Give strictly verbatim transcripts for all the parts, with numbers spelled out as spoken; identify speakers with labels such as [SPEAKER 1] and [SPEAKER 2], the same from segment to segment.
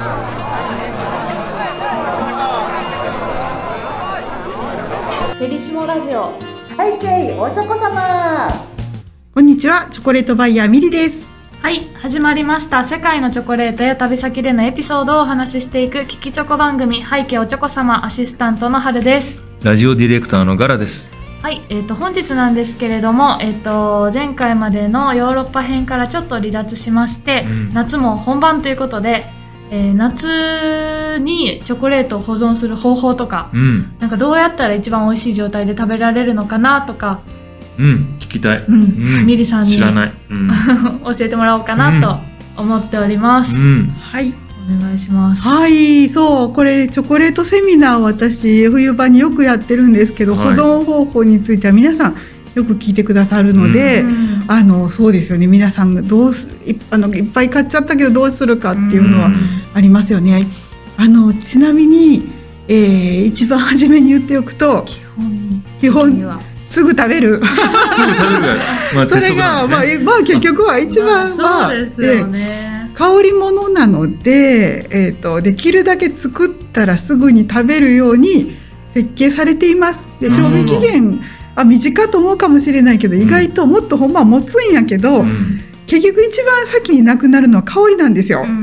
[SPEAKER 1] フェリシモラジオ
[SPEAKER 2] 背景おちょこ様。
[SPEAKER 3] こんにちは、チョコレートバイヤーミリです。
[SPEAKER 1] はい、始まりました。世界のチョコレートや旅先でのエピソードをお話ししていく聞きチョコ番組、背景おちょこ様。アシスタントの春です。
[SPEAKER 4] ラジオディレクターのガラです。
[SPEAKER 1] はい、えー、と本日なんですけれども、えー、と前回までのヨーロッパ編からちょっと離脱しまして、うん、夏も本番ということで、えー、夏にチョコレートを保存する方法とか、うん、なんかどうやったら一番美味しい状態で食べられるのかなとか、
[SPEAKER 4] うん、聞きたい、
[SPEAKER 1] うんうん、ミリさんに
[SPEAKER 4] 知らない、うん、
[SPEAKER 1] 教えてもらおうかなと思っております、うん、
[SPEAKER 3] はい、
[SPEAKER 1] お願いします。
[SPEAKER 3] はい、そうこれチョコレートセミナー私冬場によくやってるんですけど、はい、保存方法については皆さんよく聞いてくださるので、うん、あのそうですよね、皆さんがどうす い, あのいっぱい買っちゃったけどどうするかっていうのはありますよね、うん、あのちなみに、えー、一番初めに言っておくと基本基本すぐ食べる
[SPEAKER 4] すぐ食べるが、まあ、
[SPEAKER 3] それが、まあまあ、結局は一番は、
[SPEAKER 1] そうですよね、
[SPEAKER 3] えー、香り物なので、えーと、できるだけ作ったらすぐに食べるように設計されています。で賞味期限あ短いと思うかもしれないけど、意外ともっとほんまは持つんやけど、うん、結局一番先になくなるのは香りなんですよ、うん、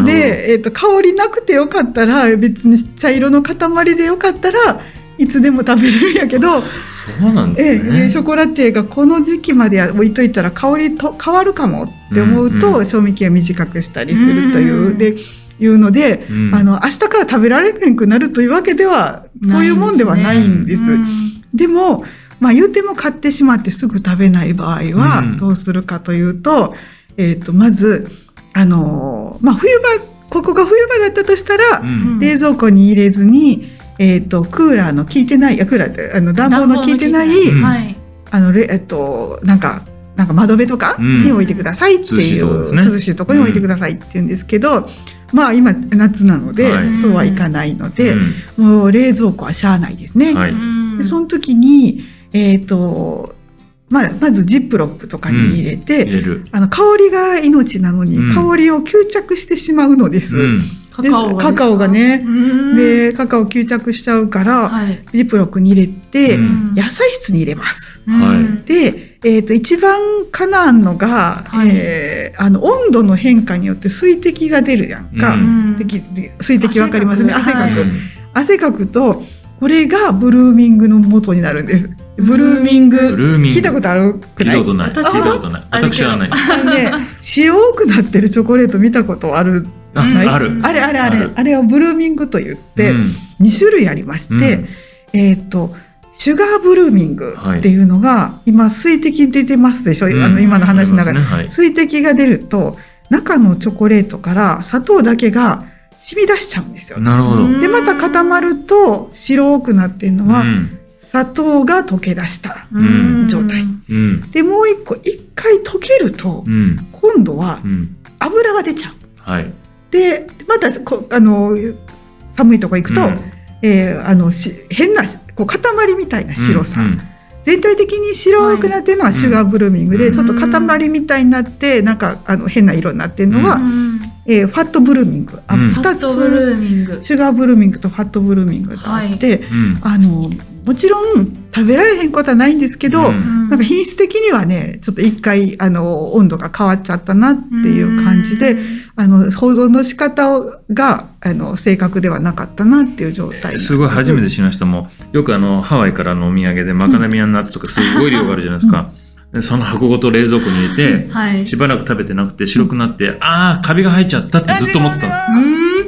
[SPEAKER 3] で、えーと、香りなくてよかったら別に茶色の塊でよかったらいつでも食べれるんやけど、
[SPEAKER 4] そうなんですね、
[SPEAKER 3] えー、ショコラティエがこの時期まで置いといたら香りと変わるかもって思うと、うんうん、賞味期限短くしたりするという、うん、でいうので、うん、あの明日から食べられなくなるというわけではそういうもんではないんです。で、ね、うん、でもまあ、言うても買ってしまってすぐ食べない場合はどうするかというと、うん、えー、とまず、あのーまあ、冬場ここが冬場だったとしたら、うん、冷蔵庫に入れずに、えー、とクーラーの効いてないクーラーってあの暖房の効いてない、うん、あのえっとなんかなんか窓辺とかに置いてくださいっていう、うん、涼しいとこですね、涼しいとこに置いてくださいって言うんですけど、うん、まあ今夏なので、はい、そうはいかないので、うん、もう冷蔵庫はしゃあないですね、はい、でその時にえーとまあ、まずジップロックとかに入れて、うん、入れるあの香りが命なのに、うん、香りを吸着してしまうのです、うん、カカオが、カカオがね、でカカオ吸着しちゃうから、はい、ジップロックに入れて、うん、野菜室に入れます、うん、で、えーと、一番かなんのが、はい、えー、あの温度の変化によって水滴が出るやんか、うん、水滴わかりますね、汗かく、はい、汗かくとこれがブルーミングの元になるんです。ブルーミング、聞いたことあるくない？
[SPEAKER 4] 聞いたことない。聞いたことない。私はない。
[SPEAKER 3] ね、白くなってるチョコレート見たことある？
[SPEAKER 4] あ、ある。
[SPEAKER 3] あれあれあれ、あれはブルーミングと言って、うん、に種類ありまして、うん、えっとシュガーブルーミングっていうのが、はい、今水滴出てますでしょ？うん、あの今の話ながら、ね、はい、水滴が出ると中のチョコレートから砂糖だけが染み出しちゃうんですよ。
[SPEAKER 4] なるほど。
[SPEAKER 3] でまた固まると白くなってるのは、うん、砂糖が溶け出した状態、うん、でもう一個一回溶けると、うん、今度は油が出ちゃう、はい、でまたこあの寒いとこ行くと、うん、えー、あのし変なこう塊みたいな白さ、うんうん、全体的に白くなってるのはシュガーブルーミングで、はい、ちょっと塊みたいになってなんかあの変な色になってるのは、うん、えー、ファットブルーミング、あ、うん、ふたつシュガーブルーミングとファットブルーミングがあって、はい、あのもちろん食べられへんことはないんですけど、うん、なんか品質的にはねちょっと一回あの温度が変わっちゃったなっていう感じで、あの保存の仕方があの正確ではなかったなっていう状態。
[SPEAKER 4] すごい初めて知りました。もうよくあのハワイからのお土産でマカダミアンナッツとかすごい量があるじゃないですか、うん、その箱ごと冷蔵庫に入れて、はい、しばらく食べてなくて白くなって、うん、ああカビが生えちゃったってずっと思ってたんです。
[SPEAKER 1] うん、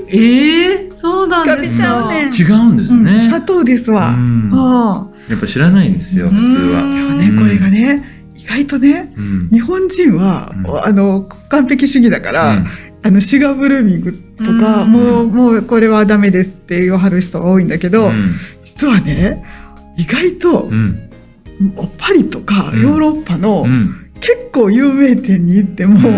[SPEAKER 1] えー、そうなんですか。
[SPEAKER 3] ね、
[SPEAKER 4] 違うんですね、うん、
[SPEAKER 3] 砂糖ですわ、うん、あ
[SPEAKER 4] やっぱ知らないんですよ普通は。
[SPEAKER 3] ね、これがね意外とね、うん、日本人は、うん、あの完璧主義だから、うん、あのシュガーブルーミングとか、うん、もう、もうこれはダメですって言わはる人が多いんだけど、うん、実はね意外と、うん、パリとかヨーロッパの、うん、結構有名店に行っても、うん、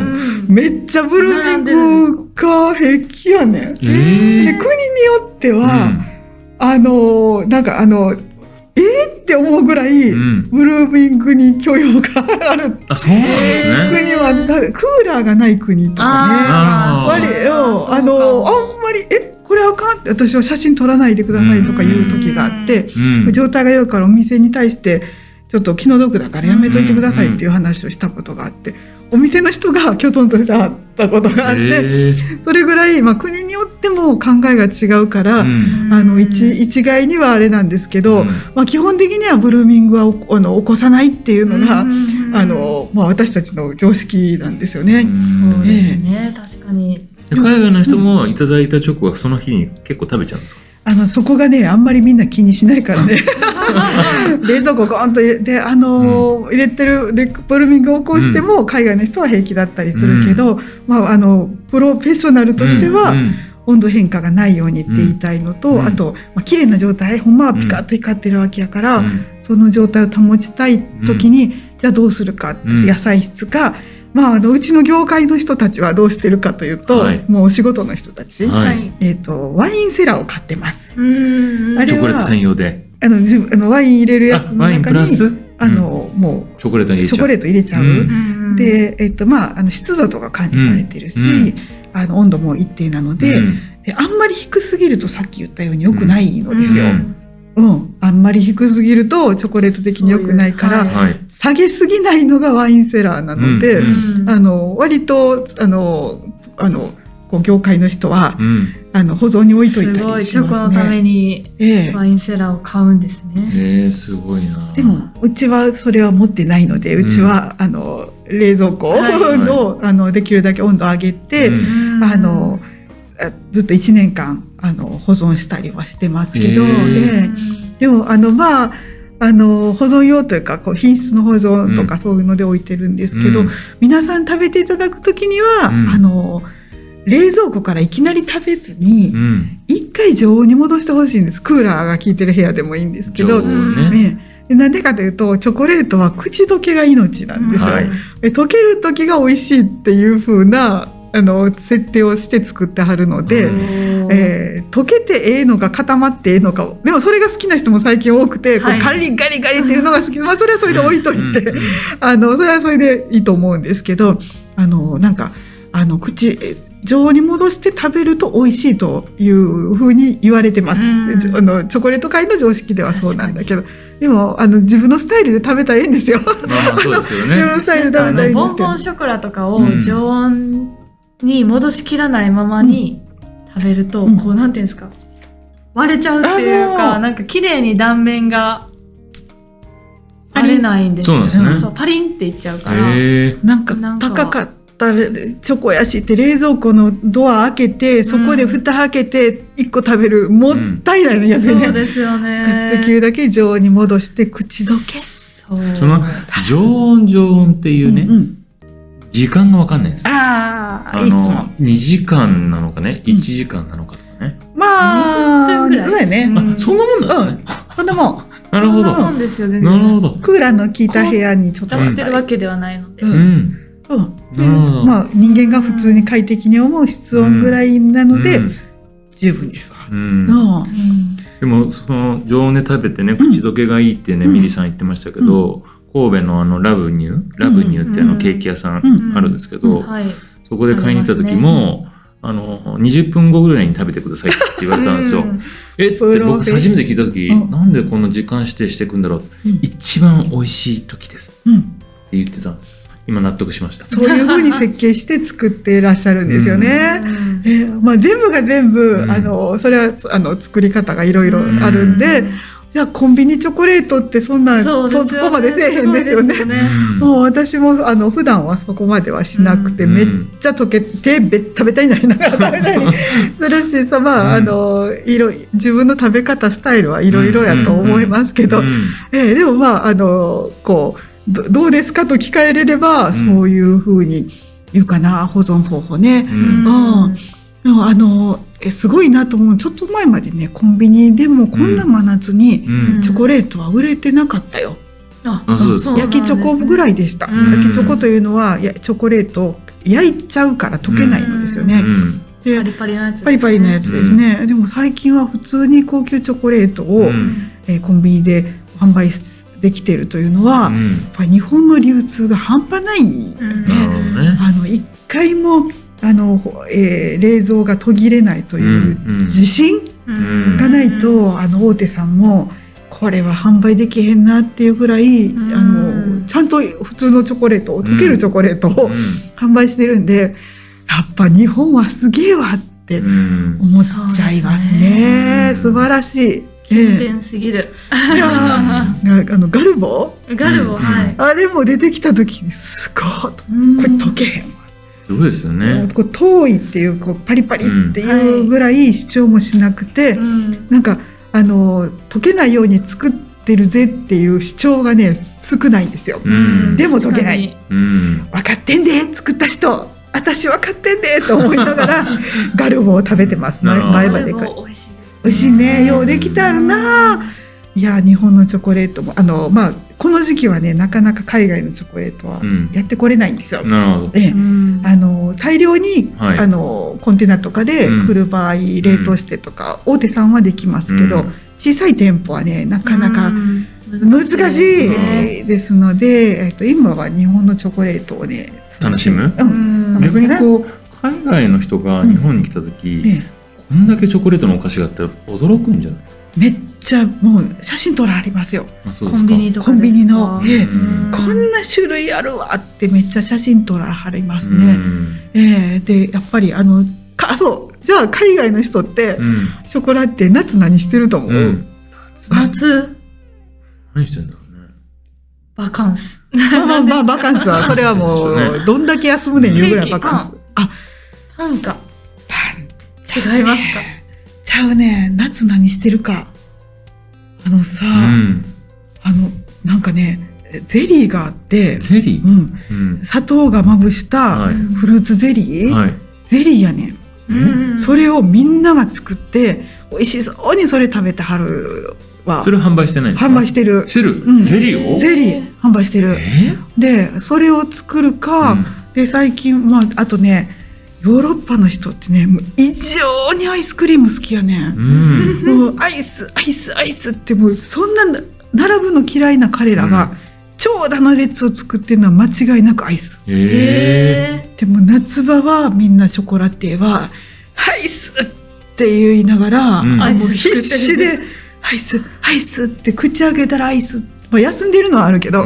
[SPEAKER 3] めっちゃブルーミングが平気やねん、えー、で国によっては、うん、あのなんかあのえー、って思うぐらい、うん、ブルーミングに許容がある。
[SPEAKER 4] あ、そうなんですね。
[SPEAKER 3] 国はクーラーがない国とかね。あやっぱりよあのあんままりえこれあかんって私は写真撮らないでくださいとかいう時があって、うん、状態が良いからお店に対してちょっと気の毒だからやめといてくださいっていう話をしたことがあって、お店の人がきょとんとしてはったことがあって、それぐらい、まあ、国によっても考えが違うから、うん、あの 一, 一概にはあれなんですけど、うん、まあ、基本的にはブルーミングはあの起こさないっていうのが、うん、あのまあ、私たちの常識なんですよね。
[SPEAKER 1] うん、そうですね、えー、確かに。
[SPEAKER 4] 海外の人もいただいたチョコはその日に結構食べちゃうんですか？
[SPEAKER 3] あのそこがねあんまりみんな気にしないからね冷蔵庫ゴーンと入れて、あのーうん、入れてるでブルーミングを起こしても海外の人は平気だったりするけど、うん、まあ、あのプロフェッショナルとしては、うんうん、温度変化がないようにって言いたいのと、うん、あと、まあ、綺麗な状態、ほんまはピカッと光ってるわけやから、うん、その状態を保ちたい時に、うん、じゃあどうするかって、うん、野菜室か、まあ、あのうちの業界の人たちはどうしてるかというと、はい、もうお仕事の人たち、はい、えーと、ワインセラーを買ってます。
[SPEAKER 1] うーん、
[SPEAKER 4] あれはチョコレート専用で
[SPEAKER 3] あの自分あのワイン入れるやつの中に
[SPEAKER 4] ワインプラス、
[SPEAKER 3] あの、うん、もう
[SPEAKER 4] チョコレート入れちゃう、
[SPEAKER 3] チョコレート入れちゃう、うん、で、えーとまあ、あの湿度とか管理されてるし、うん、あの温度も一定なので、うん、であんまり低すぎるとさっき言ったように良くないのですよ。うんうん、あんまり低すぎるとチョコレート的に良くないから、はい、下げすぎないのがワインセラーなので、うんうん、あの割とあのあのこう業界の人は、うん、あの保存に置いといたりしますね。
[SPEAKER 1] すごいチョコのためにワインセラーを買うんですね。
[SPEAKER 4] えー、すごいな。
[SPEAKER 3] でもうちはそれは持ってないので、うちは、うん、あの冷蔵庫の、はい、あのできるだけ温度を上げて、うん、あのずっといちねんかんあの保存したりはしてますけど、えー、でもあのまああの保存用というかこう品質の保存とかそういうので置いてるんですけど、うん、皆さん食べていただくときには、うん、あの冷蔵庫からいきなり食べずに一、うん、回常温に戻してほしいんです。クーラーが効いてる部屋でもいいんですけど、ねね、でなんでかというとチョコレートは口どけが命なんですよ、はい、溶ける時が美味しいっていう風なあの設定をして作ってはるので、えー、溶けてええのか固まってええのか、でもそれが好きな人も最近多くて、はい、こうガリガリガリっていうのが好き、まあ、それはそれで置いといてあのそれはそれでいいと思うんですけど、あのなんかあの口常温に戻して食べると美味しいというふうに言われてます。あのチョコレート界の常識ではそうなんだけど、でもあの自分のスタイルで食べたらいいんですよ。まあそうですけどね。自分のスタイルで食べたらいいんですけど。
[SPEAKER 1] ボンボンショコラとかを常温に戻しきらないままに食べると、うん、こうなんていうんですか、割れちゃうっていうか、なんか綺麗に断面が割れないんですよ。そうなんですね。そうパリンっていっちゃうから。
[SPEAKER 3] なんか高かったチョコやしって冷蔵庫のドア開けてそこで蓋開けていっこ食べる、うん、もったいないのやつね、うん、
[SPEAKER 1] そうですよね。
[SPEAKER 3] できるだけ常温に戻して口どけ。
[SPEAKER 4] そうその常温常温っていうね、うんうん、時間が分かんないです。
[SPEAKER 3] ああ、いいっすもん。
[SPEAKER 4] にじかんなのかね、いちじかんなのかとかね。
[SPEAKER 3] まあ、そうだよね。
[SPEAKER 4] あ、そんなもんなんですね。
[SPEAKER 3] そんなもん。
[SPEAKER 4] なるほど。
[SPEAKER 1] そんなもんですよ、全然。
[SPEAKER 4] なるほど。
[SPEAKER 3] クーラーの効いた部屋にちょっと
[SPEAKER 1] してるわけではないので。
[SPEAKER 3] うん。うん。で、まあ人間が普通に快適に思う室温ぐらいなので十分ですわ。うん。
[SPEAKER 4] でもその常温で食べてね、口どけがいいってね、ミリさん言ってましたけど。神戸のあのラブニューラブニューってあのケーキ屋さんあるんですけど、そこで買いに行った時も、あのにじゅっぷんごぐらいに食べてくださいって言われたんですよ。えって僕初めて聞いた時、なんでこの時間指定していくんだろう、一番美味しい時ですって言ってたんです。今納得しました。
[SPEAKER 3] そういう風に設計して作っていらっしゃるんですよね。えーまあ、全部が全部あのそれはあの作り方がいろいろあるんで。いやコンビニチョコレートってそんな そ, そこまでせえへんですよね。もう私もあの普段はそこまではしなくて、うん、めっちゃ溶けてべ食べたいになりながら食べたりするしさ、まあ、あのいろ自分の食べ方スタイルはいろいろやと思いますけど、うんうんえー、でもまああのこう ど, どうですかと聞かれれば、うん、そういうふうに言うかな、保存方法ね。うんうん、でもあのえすごいなと思う。ちょっと前までねコンビニでもこんな真夏にチョコレートは売れてなかったよ。
[SPEAKER 4] ああそうですか。
[SPEAKER 3] 焼きチョコぐらいでした。焼きチョコというのはやチョコレートを焼いちゃうから溶けないのですよね。
[SPEAKER 1] でパリパリなやつですね。
[SPEAKER 3] パリパリなやつですね。でも最近は普通に高級チョコレートを、えー、コンビニで販売できているというのは、やっぱり日本の流通が半端ない、ね。うん、あの一回もあの、えー、冷蔵が途切れないという自信がないと、あの大手さんもこれは販売できへんなっていうぐらい、あのちゃんと普通のチョコレートを溶けるチョコレートを販売してるんで、やっぱ日本はすげえわって思っちゃいますね。素晴らしい。
[SPEAKER 1] 勤勉すぎる。
[SPEAKER 3] いやあのガルボ
[SPEAKER 1] ガルボ、はい、
[SPEAKER 3] あれも出てきた時にすごい、これ溶けへんわ。
[SPEAKER 4] すごいですよね。
[SPEAKER 3] こう遠いっていうこうパリパリっていうぐらい主張もしなくて、うん、なんかあの溶けないように作ってるぜっていう主張がね少ないんですよ。うん、でも溶けない。うん、分かってんで作った人。私分かってんでと思いながらガルボを食べてます。前歯でかい。美味しいですね。美味しいね。ようできてあるな。いや日本のチョコレートもあのまあこの時期はねなかなか海外のチョコレートはやってこれないんですよ。うん、なるほど。えあの大量に、はい、あのコンテナとかで来る場合、うん、冷凍してとか、うん、大手さんはできますけど、うん、小さい店舗はねなかなか難しいですので、うん、えっと今は日本のチョコレートをね
[SPEAKER 4] 楽しむ。うん、逆にこう海外の人が日本に来た時、うんええ、こんだけチョコレートのお菓子があったら驚くんじゃないですか。
[SPEAKER 3] めっちゃもう写真撮らありますよ。
[SPEAKER 4] あ、そうですか。
[SPEAKER 1] コンビニとか
[SPEAKER 3] コンビニの、ええ、こんな種類あるわってめっちゃ写真撮らはりますね。ええ、でやっぱりあのかそうじゃあ海外の人って、うん、ショコラって夏何してると思う？うん、
[SPEAKER 1] 夏
[SPEAKER 4] 何してんだろうね。
[SPEAKER 1] バカンス。
[SPEAKER 3] まあまあまあバカンスはそれはもうどんだけ休むねん言うぐらいバカンス。
[SPEAKER 1] あ、なんかパン違いますか？
[SPEAKER 3] ちゃうね。夏何してるか。あのさ、うん、あのなんかねゼリーがあって、
[SPEAKER 4] ゼリー、
[SPEAKER 3] うんうん、砂糖がまぶしたフルーツゼリー、はい、ゼリーやねん、うん、それをみんなが作って美味しそうにそれ食べてはるわ。
[SPEAKER 4] それ販売してないんですか？
[SPEAKER 3] 販売してる。
[SPEAKER 4] してる、うん、ゼリーを？
[SPEAKER 3] ゼリー販売してる。えー、でそれを作るか、うん、で最近まああとねヨーロッパの人ってね異常にアイスクリーム好きやね、うん、もうアイスアイスアイスってもうそんな並ぶの嫌いな彼らが、うん、長蛇の列を作ってるのは間違いなくアイス。へー。でも夏場はみんなショコラティエはアイスって言いながら、うん、あもう必死でアイスアイスって口開けたらアイス、まあ、休んでるのはあるけど、うん、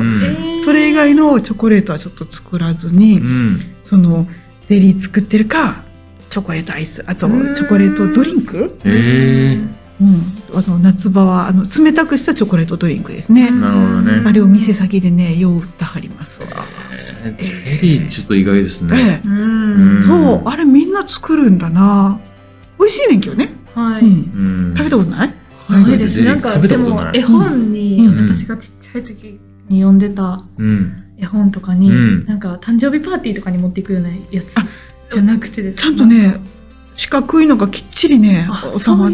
[SPEAKER 3] それ以外のチョコレートはちょっと作らずに、うん、そのゼリー作ってるかチョコレートアイス、あとチョコレートドリンク、へー、うん、あの夏場はあの冷たくしたチョコレートドリンクですね。
[SPEAKER 4] なるほどね。
[SPEAKER 3] あれを店先でねよう売ってはりますわ。
[SPEAKER 4] えー、ゼリーちょっと意外ですね。
[SPEAKER 3] えー、うんそうあれみんな作るんだな。美味しいねんけどね。はい、うん、食べたことない？
[SPEAKER 1] ないです。なんかでも絵本に、うん、私がちっちゃい時に読んでた、うん絵本とかに、うん、なんか誕生日パーティーとかに持っていくようなやつじゃなくてですね、
[SPEAKER 3] ちゃんとね四角いのがきっちりね収まって、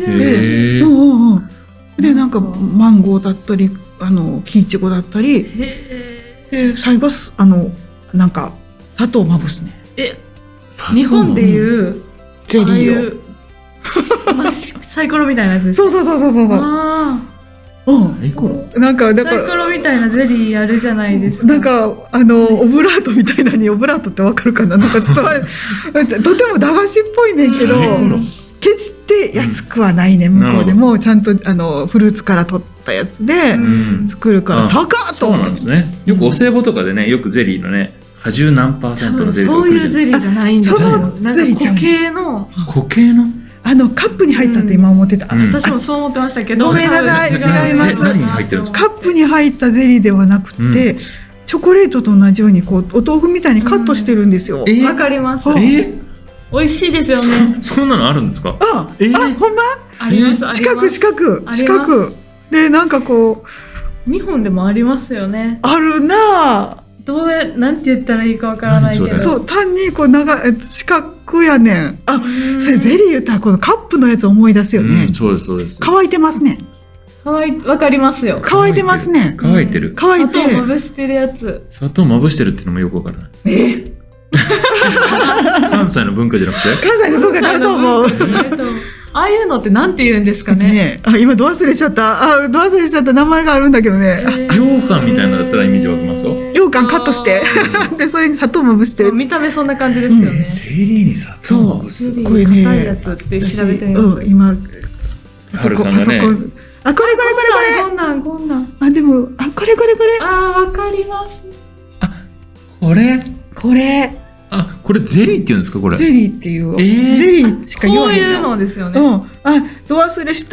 [SPEAKER 3] うんうんうん、でなんかマンゴーだったりあの木いちごだったりで最後あのなんか砂糖をまぶすね。
[SPEAKER 1] え日本でいう
[SPEAKER 3] ゼリーを
[SPEAKER 1] サイコロみたいなやつです
[SPEAKER 3] か？そうそうそうそうそう。あうん、なんかだから
[SPEAKER 1] サイコロみたいなゼリーあるじゃないですか。
[SPEAKER 3] なんかあのオブラートみたいなにオブラートってわかるかな。なんか伝わるとても駄菓子っぽいねんけど決して安くはないね、うん、向こうでもちゃんとあのフルーツから取ったやつで作るから高っと思う。
[SPEAKER 4] そうなんですね。よくお歳暮とかでねよくゼリーのね果汁何パーセントのゼリー
[SPEAKER 1] そういうゼリーじゃないんだ。
[SPEAKER 3] そのゼリー
[SPEAKER 1] 固形の
[SPEAKER 4] 固形の
[SPEAKER 3] あのカップに入ったって今思ってた、
[SPEAKER 1] うん、私もそう思ってましたけど
[SPEAKER 3] ごめんなさい違います。
[SPEAKER 4] 何に入ってるんです
[SPEAKER 3] か？カップに入ったゼリーではなくて、うん、チョコレートと同じようにこうお豆腐みたいにカットしてるんですよ。わ、
[SPEAKER 1] うんえー、かります、えー、美味しいですよね。
[SPEAKER 4] そ, そんなのあるんですか？
[SPEAKER 3] あ、えー、あほんま
[SPEAKER 1] あります。
[SPEAKER 3] 四角四角四角でなんかこ
[SPEAKER 1] う日本でもありますよね。
[SPEAKER 3] あるなぁ。
[SPEAKER 1] どうやなんて言ったらいいかわからないけど
[SPEAKER 3] そう単にこう長四角やねん。あそれゼリー言ったらこのカップのやつ思い出すよね。
[SPEAKER 4] うん、そうですそうです。
[SPEAKER 3] 乾いてますね。
[SPEAKER 1] 乾いわかりますよ。
[SPEAKER 3] 乾いてますね。
[SPEAKER 4] 乾いてる。
[SPEAKER 3] 乾いて
[SPEAKER 1] 砂糖まぶしてるやつ。
[SPEAKER 4] 砂糖まぶしてるっていうのもよくわからない。
[SPEAKER 1] え
[SPEAKER 4] 関西の文化じゃなくて？
[SPEAKER 3] 関西の文化だと思う。
[SPEAKER 1] ああいうのってなんて言うんですかね。
[SPEAKER 3] ねあ今ど忘れしちゃった。あど忘れしちゃった名前があるんだけどね。
[SPEAKER 4] 羊羹みたいなのだったらイメージ湧きますよ。
[SPEAKER 3] 羊羹カットしてでそれに砂糖まぶして、
[SPEAKER 1] 見た目そんな感じですよね、
[SPEAKER 4] ゼリーに砂糖まぶす。
[SPEAKER 3] これね、
[SPEAKER 1] 硬いやつって調べてみます。
[SPEAKER 3] うん、今
[SPEAKER 4] はるさんがね、
[SPEAKER 3] あ、これこれこれこれ
[SPEAKER 1] こんなんこんなん。
[SPEAKER 3] あ、でも、あ、これこれこれ。
[SPEAKER 1] あー、わかります。
[SPEAKER 4] あ、これ
[SPEAKER 3] これ。
[SPEAKER 4] あ、これゼリーって言うんですか、これ。
[SPEAKER 3] ゼリーっていう。
[SPEAKER 4] えー、
[SPEAKER 3] ゼリーしか言わない。
[SPEAKER 1] こういうのですよね。
[SPEAKER 3] うん。あ、ど忘れした。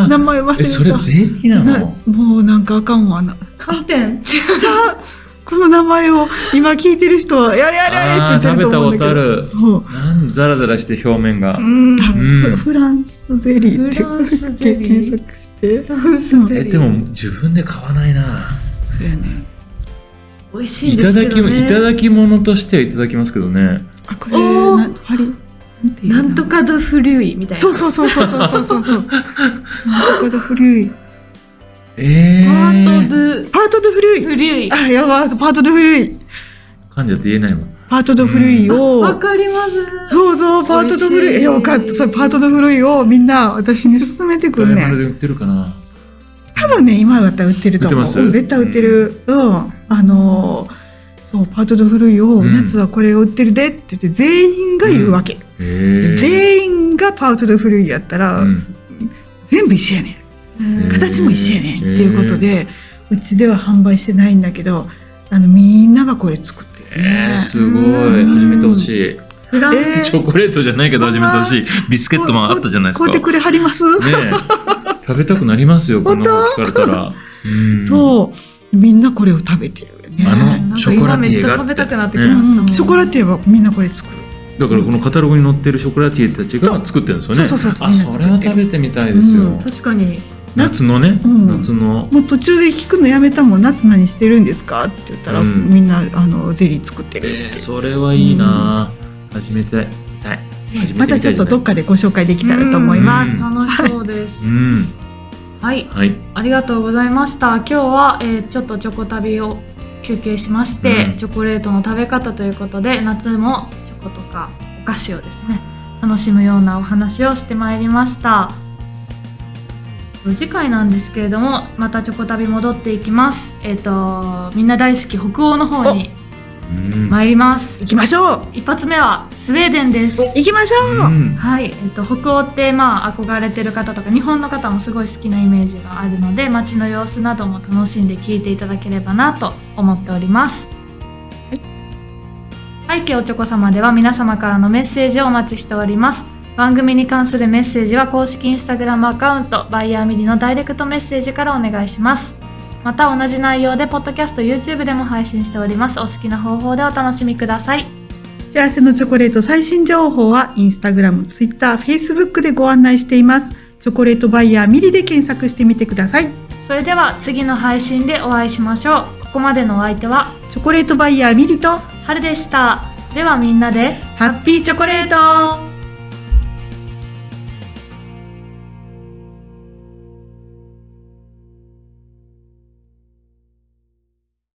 [SPEAKER 3] 名前忘れた。
[SPEAKER 4] え、それゼリーなの？
[SPEAKER 3] もうなんかあかんわな。
[SPEAKER 1] 寒天。
[SPEAKER 3] さあ、この名前を今聞いてる人は、やれやれやれって言ってると思うんだけど。
[SPEAKER 4] 食べたことある。なんザラザラして表面が。
[SPEAKER 3] うん。フランスゼリーって検索して。
[SPEAKER 1] フランスゼリー。
[SPEAKER 4] え、でも自分で買わないな。
[SPEAKER 3] そうやね。
[SPEAKER 1] 美味しいですけどね。
[SPEAKER 4] いただき物としてはいただきますけどね。
[SPEAKER 3] あ、これなパリ
[SPEAKER 1] なんとかドフリュイみたいな。
[SPEAKER 3] そうそうそうそうそうそうそう。なんとかドフリュイ。
[SPEAKER 4] ええー。
[SPEAKER 1] パートド
[SPEAKER 3] パートドフリュイ。
[SPEAKER 1] フリュイ。
[SPEAKER 3] あ、やばい、パートドフリュイ。
[SPEAKER 4] 噛んじゃって言えないもん。
[SPEAKER 3] パートドフリュイを。
[SPEAKER 1] わかります。
[SPEAKER 3] そうそう、パートドフリュイ。え、よかった。そう、パートドフリュイをみんな私に勧めてくるね。
[SPEAKER 4] 売ってるかな。
[SPEAKER 3] 多分ね、今だったら売ってると思う。うん、絶対売ってる。うん、あのー。そうパートドフルイを、うん、夏はこれを売ってるでって言って全員が言うわけ、うん、全員がパートドフルイやったら、うん、全部一緒やねん、形も一緒やねんっていうことで、うちでは販売してないんだけど、あのみんながこれ作ってるね、
[SPEAKER 4] えー、すごい始めてほしい、えー、チョコレートじゃないけど始めてほしい。ビスケットもあったじゃないですか。
[SPEAKER 3] こうやってくれはります、
[SPEAKER 4] ね、食べたくなりますよこの聞かれたら、
[SPEAKER 3] うん、そうみんなこれを食べてる。
[SPEAKER 4] あのショコラティエが
[SPEAKER 1] めっちゃ食べたくなってきました、
[SPEAKER 3] ね、ショコラティエはみんなこれ作る。
[SPEAKER 4] だからこのカタログに載ってるショコラティエたちが作ってるんですよね。
[SPEAKER 3] そうそうそうそう、
[SPEAKER 4] あ、それは食べてみたいですよ、うん、
[SPEAKER 1] 確かに
[SPEAKER 4] 夏のね、うん、夏の
[SPEAKER 3] もう途中で聞くのやめたもん。夏何してるんですかって言ったら、うん、みんなあのゼリー作ってるって、
[SPEAKER 4] えー、それはいいな、うん、始めたい、はい、
[SPEAKER 3] またちょっとどっかでご紹介できたらと思います。
[SPEAKER 1] 楽しそうです、
[SPEAKER 4] うん
[SPEAKER 1] はい、
[SPEAKER 4] はい、
[SPEAKER 1] ありがとうございました。今日は、えー、ちょっとチョコ旅を休憩しまして、うん、チョコレートの食べ方ということで、夏もチョコとかお菓子をですね楽しむようなお話をしてまいりました。次回なんですけれども、またチョコ旅戻っていきます。えっとみんな大好き北欧の方に参ります。
[SPEAKER 3] 行きましょう。
[SPEAKER 1] 一発目はスウェーデンです。
[SPEAKER 3] 行きましょう、
[SPEAKER 4] うん、
[SPEAKER 1] はい、えっと北欧ってまあ憧れてる方とか日本の方もすごい好きなイメージがあるので、街の様子なども楽しんで聞いていただければなと思っております。はい、背景おちょこ様では皆様からのメッセージをお待ちしております。番組に関するメッセージは公式インスタグラムアカウントバイヤーミリのダイレクトメッセージからお願いします。また同じ内容でポッドキャスト YouTube でも配信しております。お好きな方法でお楽しみください。
[SPEAKER 3] 幸せのチョコレート最新情報はインスタグラム、ツイッター、フェイスブックでご案内しています。チョコレートバイヤーミリで検索してみてください。
[SPEAKER 1] それでは次の配信でお会いしましょう。ここまでのお相手は
[SPEAKER 3] チョコレートバイヤーミリと
[SPEAKER 1] 春でした。ではみんなで
[SPEAKER 3] ハッピーチョコレート。